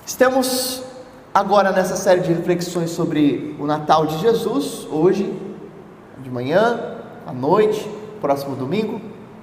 Estamos agora nessa série de reflexões sobre o Natal de Jesus, hoje, de manhã, à noite, próximo domingo.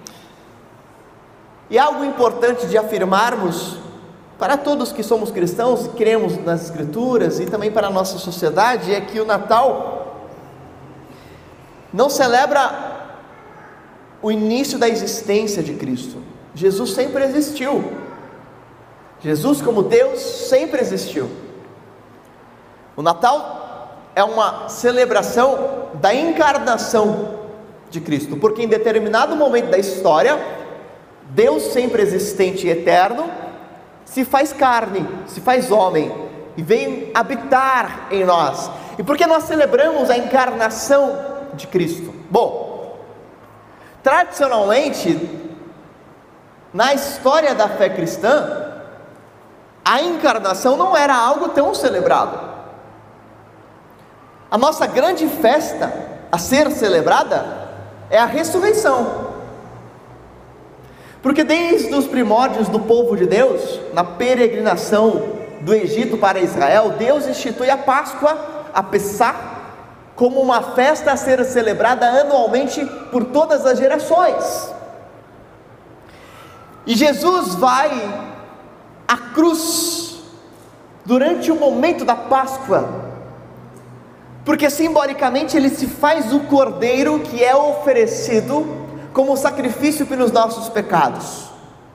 E algo importante de afirmarmos para todos que somos cristãos e cremos nas Escrituras e também para a nossa sociedade é que o Natal não celebra o início da existência de Cristo. Jesus sempre existiu. Jesus, como Deus, sempre existiu. O Natal é uma celebração da encarnação de Cristo, porque em determinado momento da história, Deus sempre existente e eterno se faz carne, se faz homem e vem habitar em nós. E por que nós celebramos a encarnação de Cristo? Bom, tradicionalmente, na história da fé cristã, a encarnação não era algo tão celebrado. A nossa grande festa a ser celebrada é a ressurreição. Porque desde os primórdios do povo de Deus, na peregrinação do Egito para Israel, Deus institui a Páscoa, a Pessah, como uma festa a ser celebrada anualmente por todas as gerações. E Jesus vai à cruz durante o momento da Páscoa, porque simbolicamente ele se faz o cordeiro que é oferecido como sacrifício pelos nossos pecados,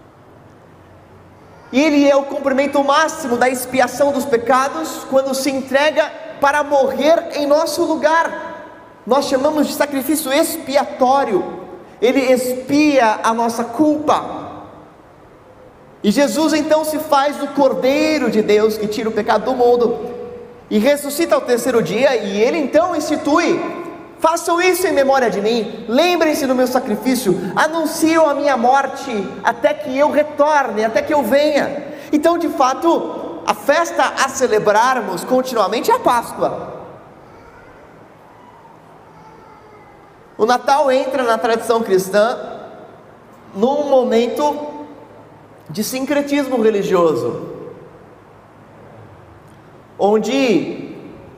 e ele é o cumprimento máximo da expiação dos pecados, quando se entrega para morrer em nosso lugar. Nós chamamos de sacrifício expiatório. Ele expia a nossa culpa. E Jesus então se faz o Cordeiro de Deus que tira o pecado do mundo e ressuscita ao terceiro dia, e ele então institui: façam isso em memória de mim, lembrem-se do meu sacrifício, anunciam a minha morte até que eu retorne, até que eu venha. Então, de fato, a festa a celebrarmos continuamente é a Páscoa. O Natal entra na tradição cristã num momento de sincretismo religioso, onde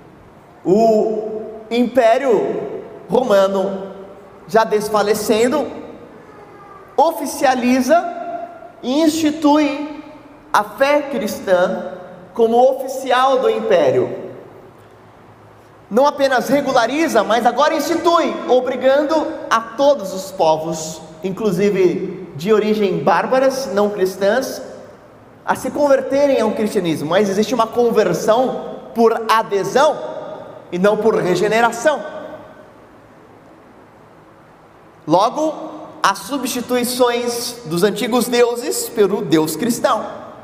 o Império Romano, já desfalecendo, oficializa e institui a fé cristã como oficial do Império. Não apenas regulariza, mas agora institui, obrigando a todos os povos, inclusive de origem bárbaras, não cristãs, a se converterem ao cristianismo. Mas existe uma conversão por adesão e não por regeneração. Logo, as substituições dos antigos deuses pelo Deus cristão.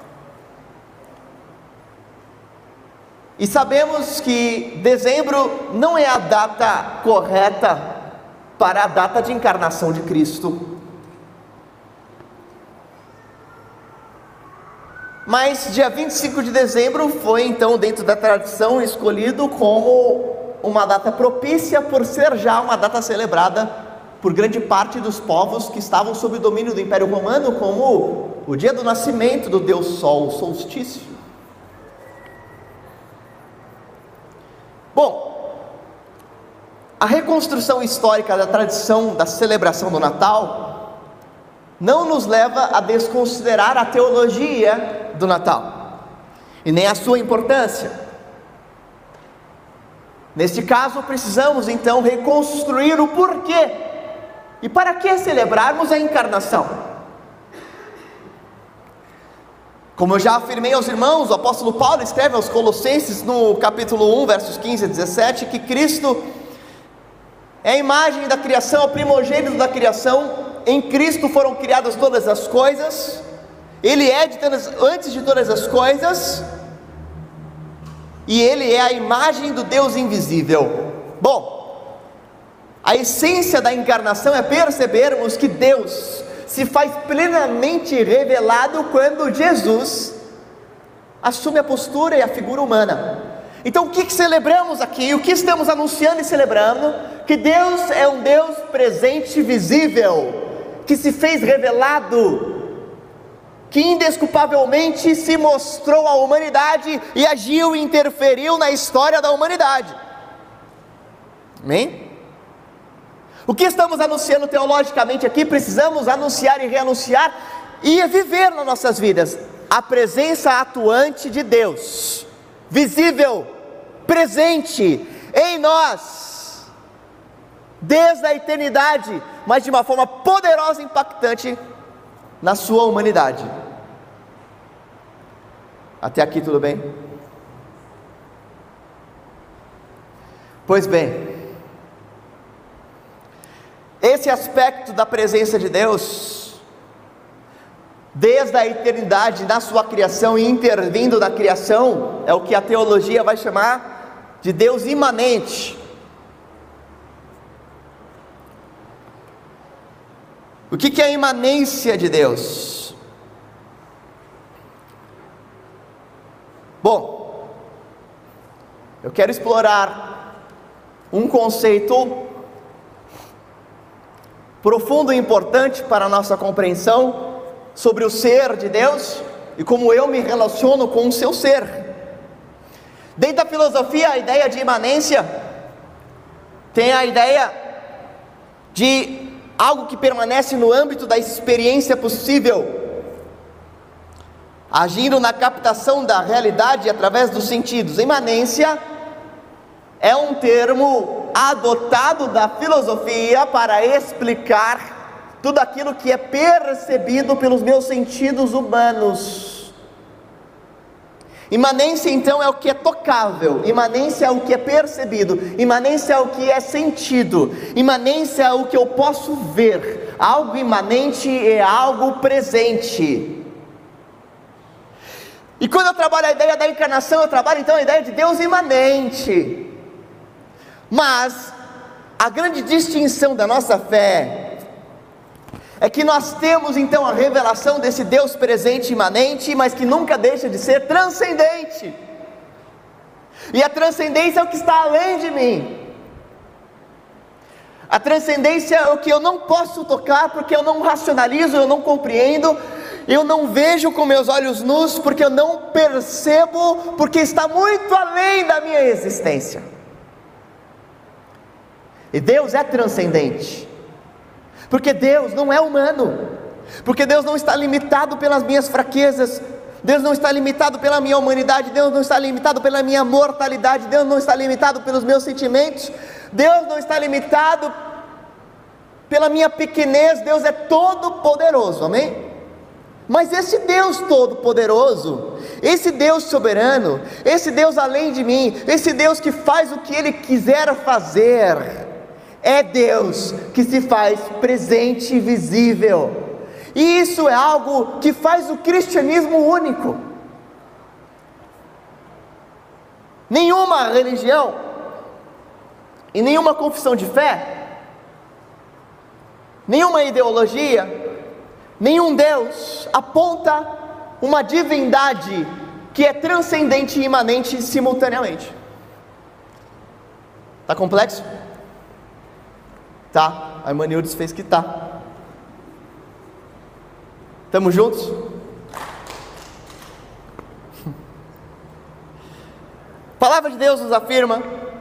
E sabemos que dezembro não é a data correta para a data de encarnação de Cristo. Mas dia 25 de dezembro foi então, dentro da tradição, escolhido como uma data propícia por ser já uma data celebrada por grande parte dos povos que estavam sob o domínio do Império Romano, como o dia do nascimento do Deus Sol, o solstício. Bom, a reconstrução histórica da tradição da celebração do Natal não nos leva a desconsiderar a teologia do Natal, e nem a sua importância. Neste caso, precisamos então reconstruir o porquê e para que celebrarmos a encarnação. Como eu já afirmei aos irmãos, o apóstolo Paulo escreve aos Colossenses no capítulo 1, versos 15 a 17, que Cristo é a imagem da criação, o primogênito da criação. Em Cristo foram criadas todas as coisas, Ele é antes de todas as coisas, e Ele é a imagem do Deus invisível. Bom, a essência da encarnação é percebermos que Deus se faz plenamente revelado quando Jesus assume a postura e a figura humana. Então o que celebramos aqui? O que estamos anunciando e celebrando? Que Deus é um Deus presente e visível, que se fez revelado que indesculpavelmente se mostrou à humanidade e agiu e interferiu na história da humanidade. Amém? O que estamos anunciando teologicamente aqui, precisamos anunciar e reanunciar e viver nas nossas vidas a presença atuante de Deus, visível, presente em nós, desde a eternidade, mas de uma forma poderosa e impactante na sua humanidade. Até aqui tudo bem? Pois bem, esse aspecto da presença de Deus, desde a eternidade na sua criação e intervindo na criação, é o que a teologia vai chamar de Deus imanente. O que é a imanência de Deus? Bom, eu quero explorar um conceito profundo e importante para a nossa compreensão sobre o ser de Deus e como eu me relaciono com o seu ser. Dentro da filosofia, a ideia de imanência tem a ideia de algo que permanece no âmbito da experiência possível, agindo na captação da realidade através dos sentidos. Imanência é um termo adotado da filosofia para explicar tudo aquilo que é percebido pelos meus sentidos humanos. Imanência então é o que é tocável, imanência é o que é percebido, imanência é o que é sentido, imanência é o que eu posso ver. Algo imanente é algo presente. E quando eu trabalho a ideia da encarnação, eu trabalho então a ideia de Deus imanente. Mas a grande distinção da nossa fé é que nós temos então a revelação desse Deus presente e imanente, mas que nunca deixa de ser transcendente. E a transcendência é o que está além de mim. A transcendência é o que eu não posso tocar, porque eu não racionalizo, eu não compreendo, eu não vejo com meus olhos nus, porque eu não percebo, porque está muito além da minha existência. E Deus é transcendente, porque Deus não é humano, porque Deus não está limitado pelas minhas fraquezas, Deus não está limitado pela minha humanidade, Deus não está limitado pela minha mortalidade, Deus não está limitado pelos meus sentimentos, Deus não está limitado pela minha pequenez. Deus é todo poderoso, amém? Mas esse Deus todo poderoso, esse Deus soberano, esse Deus além de mim, esse Deus que faz o que Ele quiser fazer, é Deus que se faz presente e visível. E isso é algo que faz o cristianismo único. Nenhuma religião e nenhuma confissão de fé, nenhuma ideologia, nenhum Deus aponta uma divindade que é transcendente e imanente simultaneamente. Tá complexo? Tá, a irmã Nildes fez que tá. Estamos juntos? A palavra de Deus nos afirma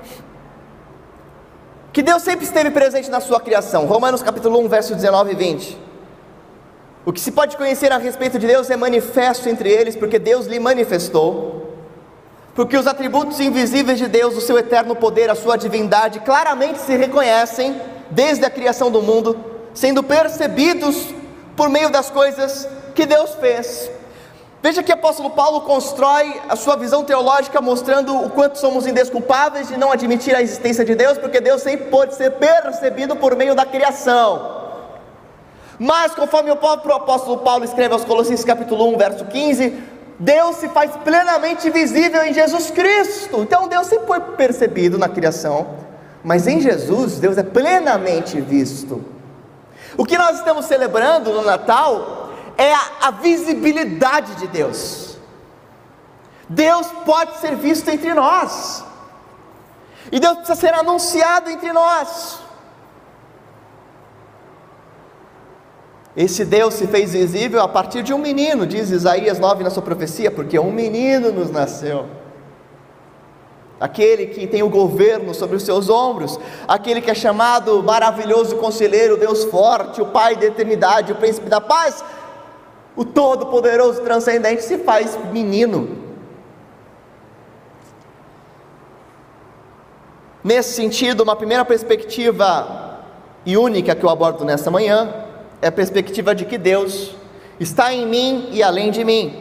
que Deus sempre esteve presente na sua criação. Romanos capítulo 1, verso 19 e 20. O que se pode conhecer a respeito de Deus é manifesto entre eles, porque Deus lhe manifestou. Porque os atributos invisíveis de Deus, o seu eterno poder, a sua divindade, claramente se reconhecem desde a criação do mundo, sendo percebidos por meio das coisas que Deus fez. Veja que o apóstolo Paulo constrói a sua visão teológica mostrando o quanto somos indesculpáveis de não admitir a existência de Deus, porque Deus sempre pôde ser percebido por meio da criação. Mas conforme o próprio apóstolo Paulo escreve aos Colossenses capítulo 1, verso 15, Deus se faz plenamente visível em Jesus Cristo. Então Deus sempre foi percebido na criação, mas em Jesus, Deus é plenamente visto. O que nós estamos celebrando no Natal é a visibilidade de Deus. Deus pode ser visto entre nós, e Deus precisa ser anunciado entre nós. Esse Deus se fez visível a partir de um menino, diz Isaías 9 na sua profecia, porque um menino nos nasceu. Aquele que tem o governo sobre os seus ombros, aquele que é chamado maravilhoso conselheiro, Deus forte, o Pai da eternidade, o príncipe da paz, o todo-poderoso transcendente, se faz menino. Nesse sentido, uma primeira perspectiva e única que eu abordo nessa manhã é a perspectiva de que Deus está em mim e além de mim.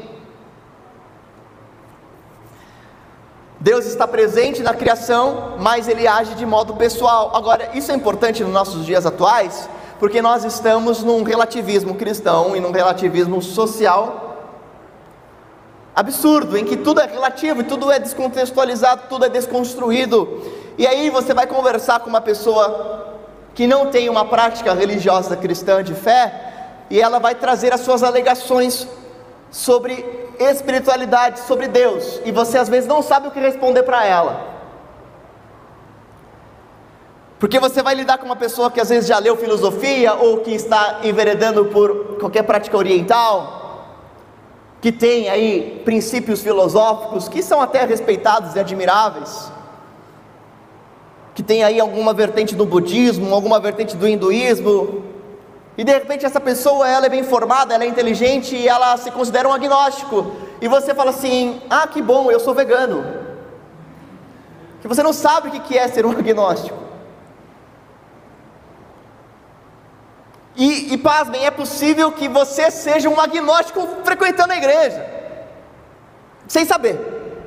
Deus está presente na criação, mas Ele age de modo pessoal. Agora, isso é importante nos nossos dias atuais, porque nós estamos num relativismo cristão e num relativismo social absurdo, em que tudo é relativo e tudo é descontextualizado, tudo é desconstruído. E aí você vai conversar com uma pessoa que não tem uma prática religiosa cristã de fé, e ela vai trazer as suas alegações sobre espiritualidade, sobre Deus, e você às vezes não sabe o que responder para ela, porque você vai lidar com uma pessoa que às vezes já leu filosofia, ou que está enveredando por qualquer prática oriental, que tem aí princípios filosóficos, que são até respeitados e admiráveis, que tem aí alguma vertente do budismo, alguma vertente do hinduísmo, e de repente essa pessoa, ela é bem formada, ela é inteligente, e ela se considera um agnóstico, e você fala assim: ah, que bom, eu sou vegano. Que você não sabe o que é ser um agnóstico. E pasmem, é possível que você seja um agnóstico frequentando a igreja, sem saber.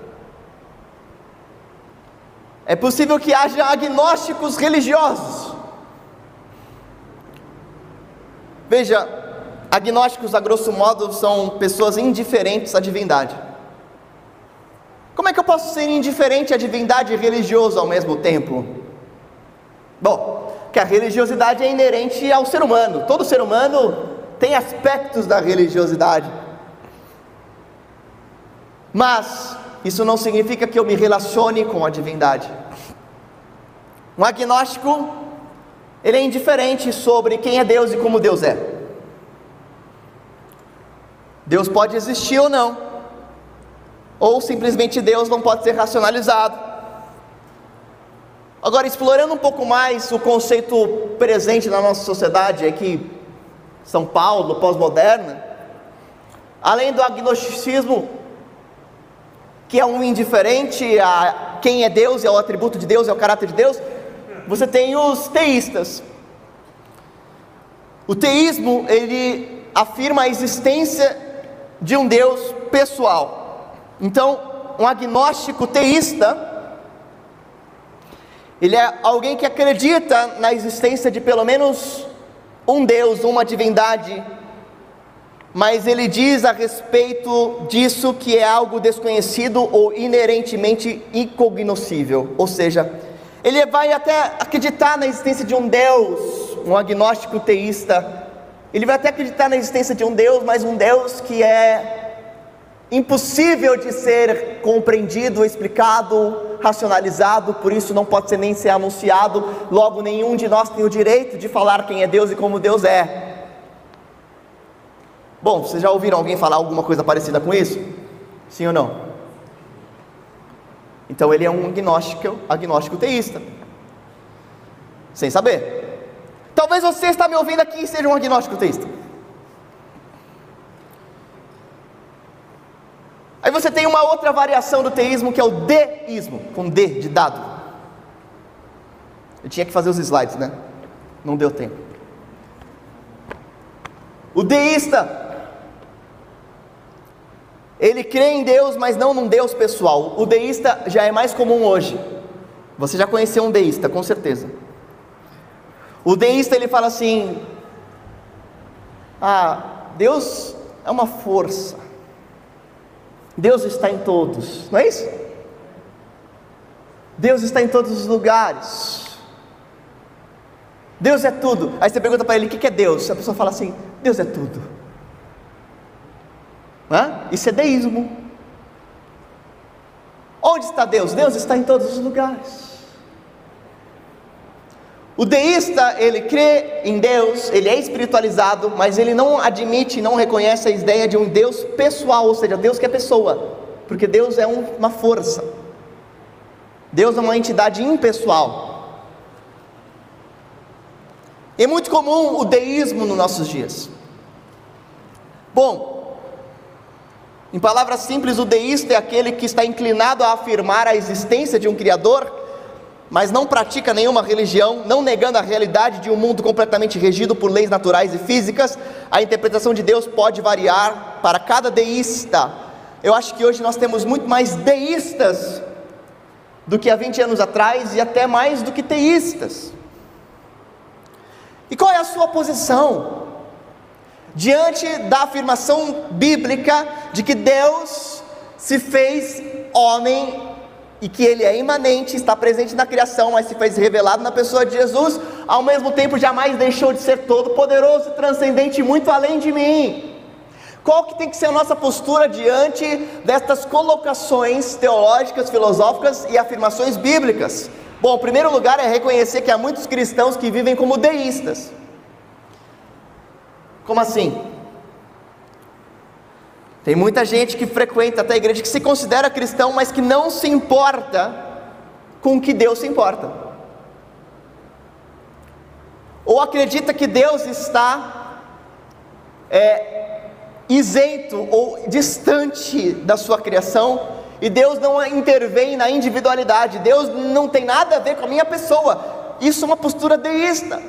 É possível que haja agnósticos religiosos. Veja, agnósticos, a grosso modo, são pessoas indiferentes à divindade. Como é que eu posso ser indiferente à divindade e religioso ao mesmo tempo? Bom, que a religiosidade é inerente ao ser humano. Todo ser humano tem aspectos da religiosidade. Mas isso não significa que eu me relacione com a divindade. Um agnóstico, ele é indiferente sobre quem é Deus e como Deus é. Deus pode existir ou não, ou simplesmente Deus não pode ser racionalizado. Agora, explorando um pouco mais o conceito presente na nossa sociedade, aqui São Paulo, pós-moderna, além do agnosticismo, que é um indiferente a quem é Deus, é o atributo de Deus, é o caráter de Deus, você tem os teístas. O teísmo, ele afirma a existência de um Deus pessoal. Então, um agnóstico teísta, ele é alguém que acredita na existência de pelo menos um Deus, uma divindade, mas ele diz a respeito disso que é algo desconhecido ou inerentemente incognoscível. Ou seja, ele vai até acreditar na existência de um Deus, um agnóstico teísta. Ele vai até acreditar na existência de um Deus, mas um Deus que é impossível de ser compreendido, explicado, racionalizado, por isso não pode nem ser anunciado. Logo, nenhum de nós tem o direito de falar quem é Deus e como Deus é. Bom, vocês já ouviram alguém falar alguma coisa parecida com isso? Sim ou não? Então ele é um agnóstico teísta, sem saber. Talvez você está me ouvindo aqui e seja um agnóstico teísta. Aí você tem uma outra variação do teísmo, que é o deísmo, com D de dado. Eu tinha que fazer os slides, né? Não deu tempo. O deísta, ele crê em Deus, mas não num Deus pessoal. O deísta já é mais comum hoje. Você já conheceu um deísta, com certeza. O deísta, ele fala assim: Deus é uma força, Deus está em todos, não é isso? Deus está em todos os lugares, Deus é tudo. Aí você pergunta para ele: o que é Deus? A pessoa fala assim: Deus é tudo. Isso é deísmo. Onde está Deus? Deus está em todos os lugares. O deísta, ele crê em Deus, ele é espiritualizado, mas ele não admite, não reconhece a ideia de um Deus pessoal, ou seja, Deus que é pessoa, porque Deus é uma força, Deus é uma entidade impessoal. É muito comum o deísmo nos nossos dias. Bom, em palavras simples, o deísta é aquele que está inclinado a afirmar a existência de um Criador, mas não pratica nenhuma religião, não negando a realidade de um mundo completamente regido por leis naturais e físicas. A interpretação de Deus pode variar para cada deísta. Eu acho que hoje nós temos muito mais deístas do que há 20 anos atrás, e até mais do que teístas. E qual é a sua posição diante da afirmação bíblica de que Deus se fez homem e que Ele é imanente, está presente na criação, mas se fez revelado na pessoa de Jesus, ao mesmo tempo jamais deixou de ser todo poderoso, transcendente, muito além de mim? Qual que tem que ser a nossa postura diante destas colocações teológicas, filosóficas e afirmações bíblicas? Bom, em primeiro lugar é reconhecer que há muitos cristãos que vivem como deístas. Como assim? Tem muita gente que frequenta até a igreja, que se considera cristão, mas que não se importa com o que Deus se importa, ou acredita que Deus está isento ou distante da sua criação, e Deus não intervém na individualidade, Deus não tem nada a ver com a minha pessoa. Isso é uma postura deísta.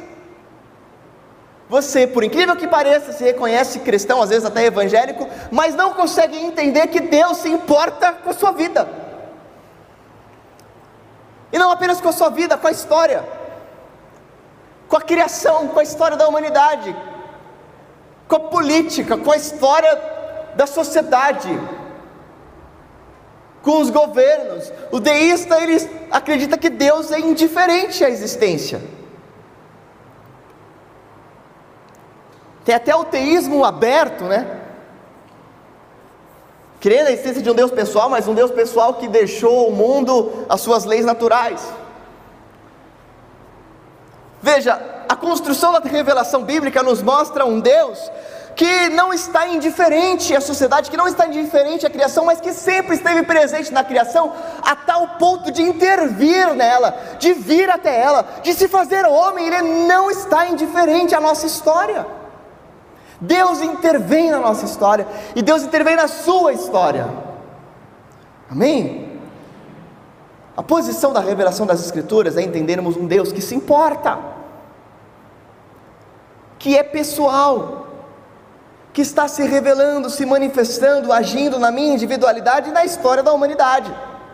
Você, por incrível que pareça, se reconhece cristão, às vezes até evangélico, mas não consegue entender que Deus se importa com a sua vida, e não apenas com a sua vida, com a história, com a criação, com a história da humanidade, com a política, com a história da sociedade, com os governos. O deísta, ele acredita que Deus é indiferente à existência. Tem até o teísmo aberto, né? Crê na existência de um Deus pessoal, mas um Deus pessoal que deixou o mundo às suas leis naturais. Veja, a construção da revelação bíblica nos mostra um Deus que não está indiferente à sociedade, que não está indiferente à criação, mas que sempre esteve presente na criação, a tal ponto de intervir nela, de vir até ela, de se fazer homem. Ele não está indiferente à nossa história. Deus intervém na nossa história, e Deus intervém na sua história. Amém? A posição da revelação das Escrituras é entendermos um Deus que se importa, que é pessoal, que está se revelando, se manifestando, agindo na minha individualidade e na história da humanidade.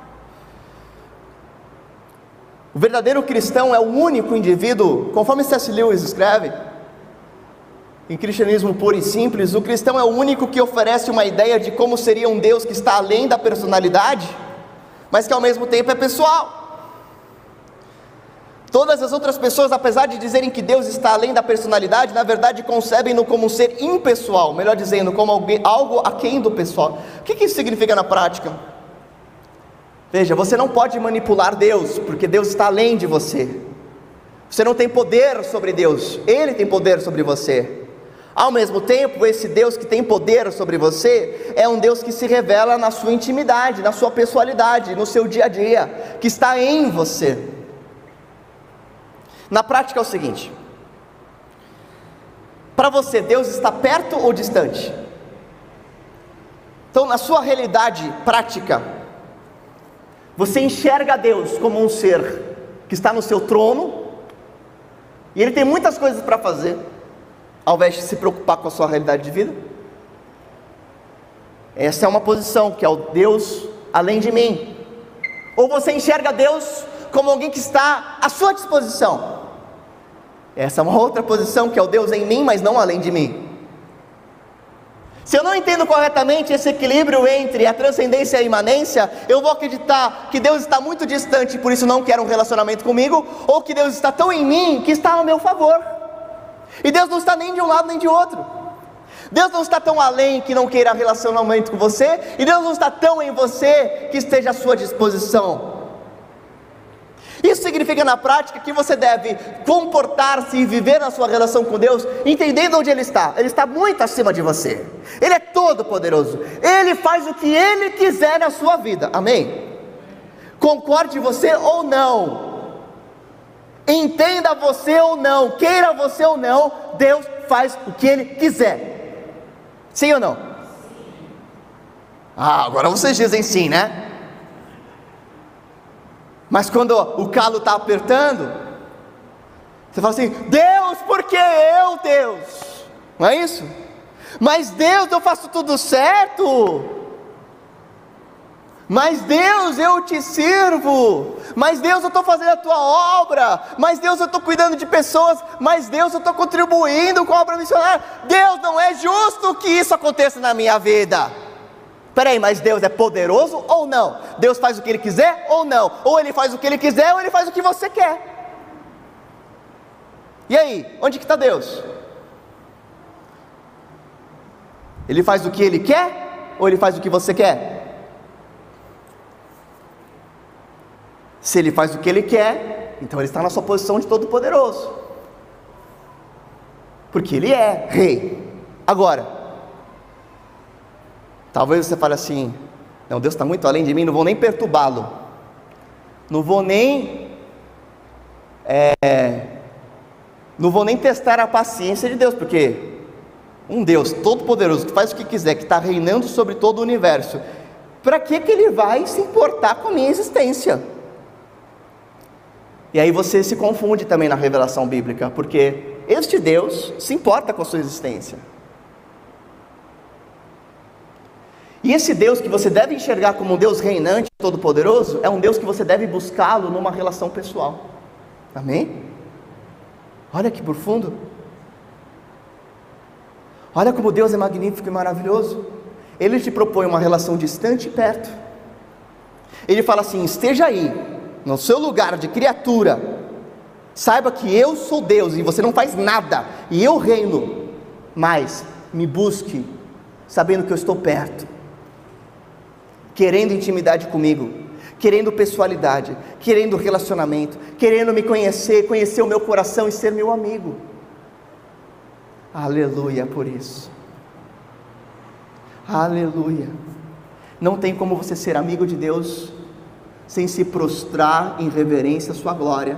O verdadeiro cristão é o único indivíduo, conforme C.S. Lewis escreve em Cristianismo Puro e Simples, o cristão é o único que oferece uma ideia de como seria um Deus que está além da personalidade, mas que ao mesmo tempo é pessoal. Todas as outras pessoas, apesar de dizerem que Deus está além da personalidade, na verdade concebem-no como um ser impessoal, melhor dizendo, como algo aquém do pessoal. O que isso significa na prática? Veja, você não pode manipular Deus, porque Deus está além de você. Você não tem poder sobre Deus, Ele tem poder sobre você. Ao mesmo tempo, esse Deus que tem poder sobre você, é um Deus que se revela na sua intimidade, na sua pessoalidade, no seu dia a dia, que está em você. Na prática é o seguinte: para você, Deus está perto ou distante? Então, na sua realidade prática, você enxerga Deus como um ser que está no seu trono, e Ele tem muitas coisas para fazer, ao invés de se preocupar com a sua realidade de vida? Essa é uma posição, que é o Deus além de mim. Ou você enxerga Deus como alguém que está à sua disposição? Essa é uma outra posição, que é o Deus em mim, mas não além de mim. Se eu não entendo corretamente esse equilíbrio entre a transcendência e a imanência, eu vou acreditar que Deus está muito distante, por isso não quer um relacionamento comigo, ou que Deus está tão em mim, que está ao meu favor. E Deus não está nem de um lado nem de outro. Deus não está tão além que não queira relacionamento com você, e Deus não está tão em você que esteja à sua disposição. Isso significa na prática que você deve comportar-se e viver na sua relação com Deus, entendendo onde Ele está muito acima de você, Ele é todo poderoso, Ele faz o que Ele quiser na sua vida, amém? Concorde você ou não, entenda você ou não, queira você ou não, Deus faz o que Ele quiser, sim ou não? Agora vocês dizem sim, né? Mas quando o calo está apertando, você fala assim: Deus, por que eu, Deus? Não é isso? Mas Deus, eu faço tudo certo. Mas Deus, eu te sirvo. Mas Deus, eu estou fazendo a tua obra. Mas Deus, eu estou cuidando de pessoas. Mas Deus, eu estou contribuindo com a obra missionária. Deus, não é justo que isso aconteça na minha vida. Peraí, mas Deus é poderoso ou não? Deus faz o que Ele quiser ou não? Ou Ele faz o que Ele quiser ou Ele faz o que você quer? E aí, onde que está Deus? Ele faz o que Ele quer ou Ele faz o que você quer? Se Ele faz o que Ele quer, então Ele está na sua posição de todo poderoso, porque Ele é rei. Agora, talvez você fale assim: não, Deus está muito além de mim, não vou nem perturbá-lo, não vou nem testar a paciência de Deus, porque um Deus todo poderoso, que faz o que quiser, que está reinando sobre todo o universo, para que Ele vai se importar com a minha existência? E aí você se confunde também na revelação bíblica, porque este Deus se importa com a sua existência. E esse Deus que você deve enxergar como um Deus reinante, todo-poderoso, é um Deus que você deve buscá-lo numa relação pessoal, amém? Olha que profundo, olha como Deus é magnífico e maravilhoso. Ele te propõe uma relação distante e perto. Ele fala assim: esteja aí, no seu lugar de criatura, saiba que eu sou Deus e você não faz nada, e eu reino, mas me busque, sabendo que eu estou perto, querendo intimidade comigo, querendo pessoalidade, querendo relacionamento, querendo me conhecer, conhecer o meu coração e ser meu amigo. Aleluia por isso, aleluia. Não tem como você ser amigo de Deus sem se prostrar em reverência à sua glória,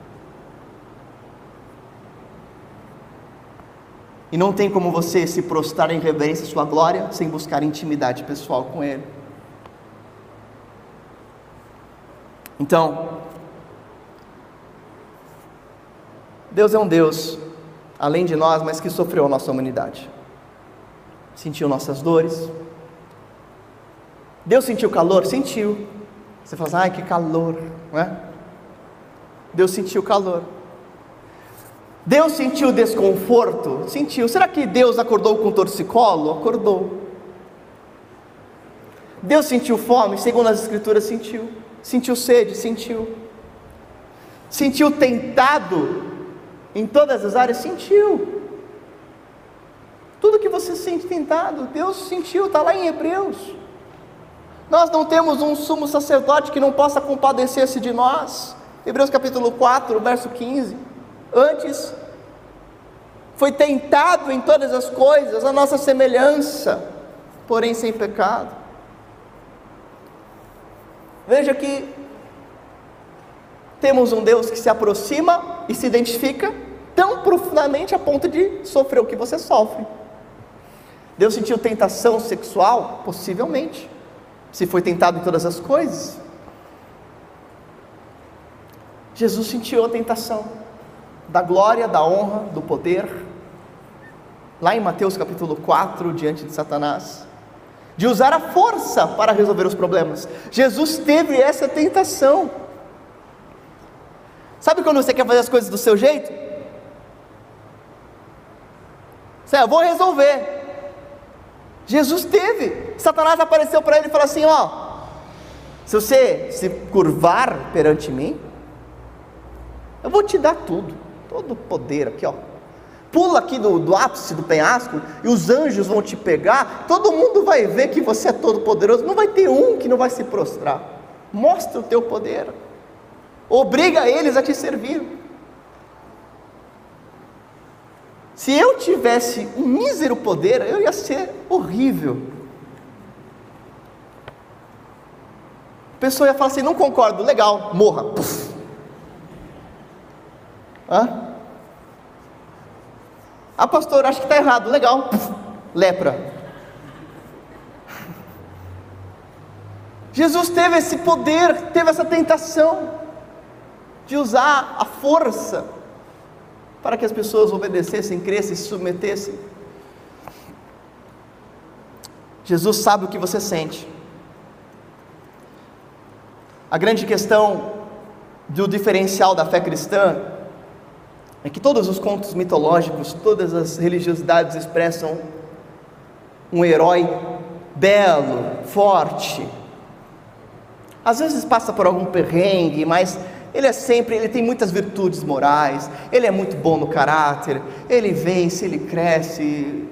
e não tem como você se prostrar em reverência à sua glória sem buscar intimidade pessoal com Ele. Então, Deus é um Deus além de nós, mas que sofreu a nossa humanidade, sentiu nossas dores. Deus sentiu calor? Sentiu. Você fala assim: ai, que calor, não é? Deus sentiu calor. Deus sentiu desconforto? Sentiu. Será que Deus acordou com torcicolo? Acordou. Deus sentiu fome? Segundo as Escrituras, sentiu. Sentiu sede? Sentiu. Sentiu tentado em todas as áreas? Sentiu. Tudo que você sente tentado, Deus sentiu, está lá em Hebreus. Nós não temos um sumo sacerdote que não possa compadecer-se de nós. Hebreus capítulo 4, verso 15. Antes, foi tentado em todas as coisas, a nossa semelhança, porém sem pecado. Veja que temos um Deus que se aproxima e se identifica tão profundamente a ponto de sofrer o que você sofre. Deus sentiu tentação sexual? Possivelmente, se foi tentado em todas as coisas. Jesus sentiu a tentação da glória, da honra, do poder, lá em Mateus capítulo 4, diante de Satanás, de usar a força para resolver os problemas. Jesus teve essa tentação. Sabe quando você quer fazer as coisas do seu jeito? Eu vou resolver. Jesus teve. Satanás apareceu para ele e falou assim: se você se curvar perante mim, eu vou te dar tudo, todo o poder aqui, pula aqui do ápice do penhasco, e os anjos vão te pegar, todo mundo vai ver que você é todo poderoso, não vai ter um que não vai se prostrar, mostra o teu poder. obriga eles a te servir. Se eu tivesse um mísero poder, eu ia ser horrível. A pessoa ia falar assim: não concordo, legal, morra. Puf. Ah, pastor, acho que está errado, legal. Puf. Lepra. Jesus teve esse poder, teve essa tentação de usar a força para que as pessoas obedecessem, crescem, se submetessem. Jesus sabe o que você sente. A grande questão do diferencial da fé cristã é que todos os contos mitológicos, todas as religiosidades expressam um herói belo, forte. Às vezes passa por algum perrengue, mas ele tem muitas virtudes morais, ele é muito bom no caráter, ele vence, ele cresce.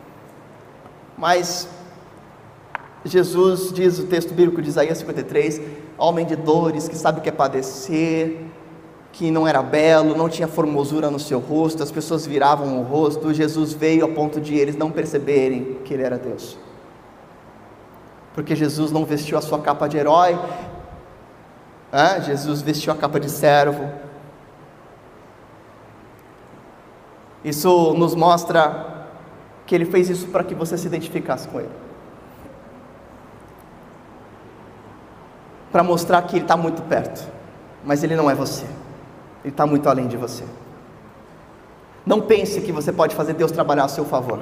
Mas Jesus diz, o texto bíblico de Isaías 53, homem de dores, que sabe o que é padecer, que não era belo, não tinha formosura no seu rosto, as pessoas viravam o rosto. Jesus veio ao ponto de eles não perceberem que ele era Deus, porque Jesus não vestiu a sua capa de herói, Jesus vestiu a capa de servo. Isso nos mostra que ele fez isso para que você se identificasse com ele, para mostrar que ele está muito perto, mas ele não é você, ele está muito além de você. Não pense que você pode fazer Deus trabalhar a seu favor.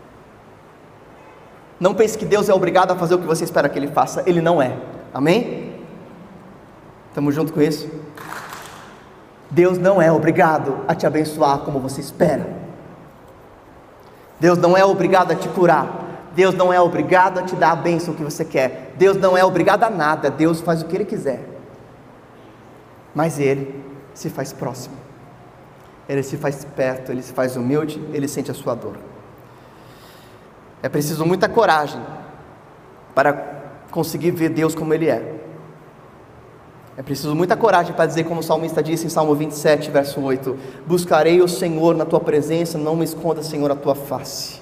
Não pense que Deus é obrigado a fazer o que você espera que Ele faça. Ele não é. Amém? Estamos juntos com isso? Deus não é obrigado a te abençoar como você espera. Deus não é obrigado a te curar. Deus não é obrigado a te dar a bênção que você quer. Deus não é obrigado a nada. Deus faz o que Ele quiser. Mas Ele se faz próximo. Ele se faz perto. Ele se faz humilde. Ele sente a sua dor. É preciso muita coragem para conseguir ver Deus como Ele é. É preciso muita coragem para dizer, como o salmista disse em Salmo 27, verso 8: buscarei o Senhor na Tua presença, não me esconda, Senhor, a Tua face.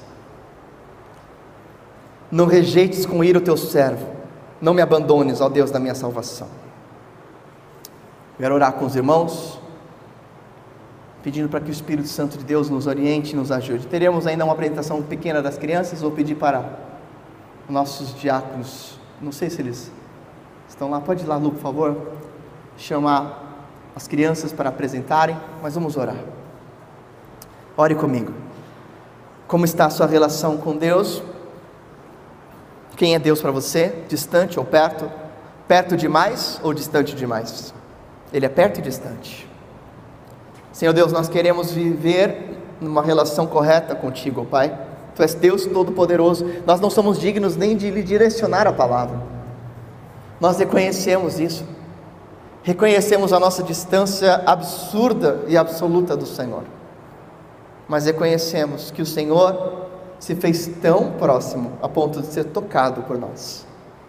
Não rejeites com ira o Teu servo, não me abandones, ó Deus da minha salvação. Quero orar com os irmãos, pedindo para que o Espírito Santo de Deus nos oriente e nos ajude. Teremos ainda uma apresentação pequena das crianças. Vou pedir para nossos diáconos, não sei se eles estão lá, pode ir lá, Lu, por favor, chamar as crianças para apresentarem, mas vamos orar. Ore comigo. Como está a sua relação com Deus? Quem é Deus para você? Distante ou perto? Perto demais ou distante demais? Ele é perto e distante. Senhor Deus, nós queremos viver numa relação correta contigo, ó Pai. Tu és Deus Todo-Poderoso, nós não somos dignos nem de lhe direcionar a palavra. Nós reconhecemos isso, reconhecemos a nossa distância absurda e absoluta do Senhor, mas reconhecemos que o Senhor se fez tão próximo a ponto de ser tocado por nós.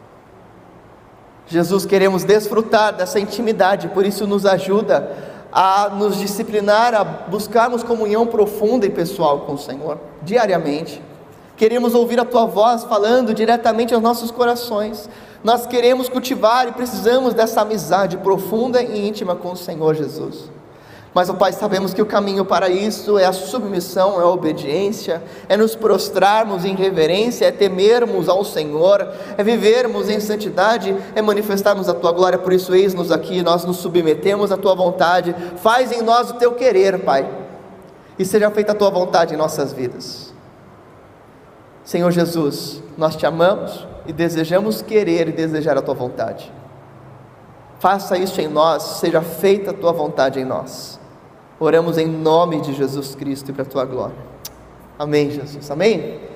Jesus, queremos desfrutar dessa intimidade, por isso nos ajuda a nos disciplinar, a buscarmos comunhão profunda e pessoal com o Senhor, diariamente. Queremos ouvir a Tua voz falando diretamente aos nossos corações. Nós queremos cultivar e precisamos dessa amizade profunda e íntima com o Senhor Jesus. Mas, ó Pai, sabemos que o caminho para isso é a submissão, é a obediência, é nos prostrarmos em reverência, é temermos ao Senhor, é vivermos em santidade, é manifestarmos a Tua glória. Por isso, eis-nos aqui, nós nos submetemos à Tua vontade. Faz em nós o Teu querer, Pai, e seja feita a Tua vontade em nossas vidas. Senhor Jesus, nós Te amamos e desejamos querer e desejar a Tua vontade. Faça isso em nós, seja feita a Tua vontade em nós. Oramos em nome de Jesus Cristo e para a Tua glória. Amém, Jesus. Amém?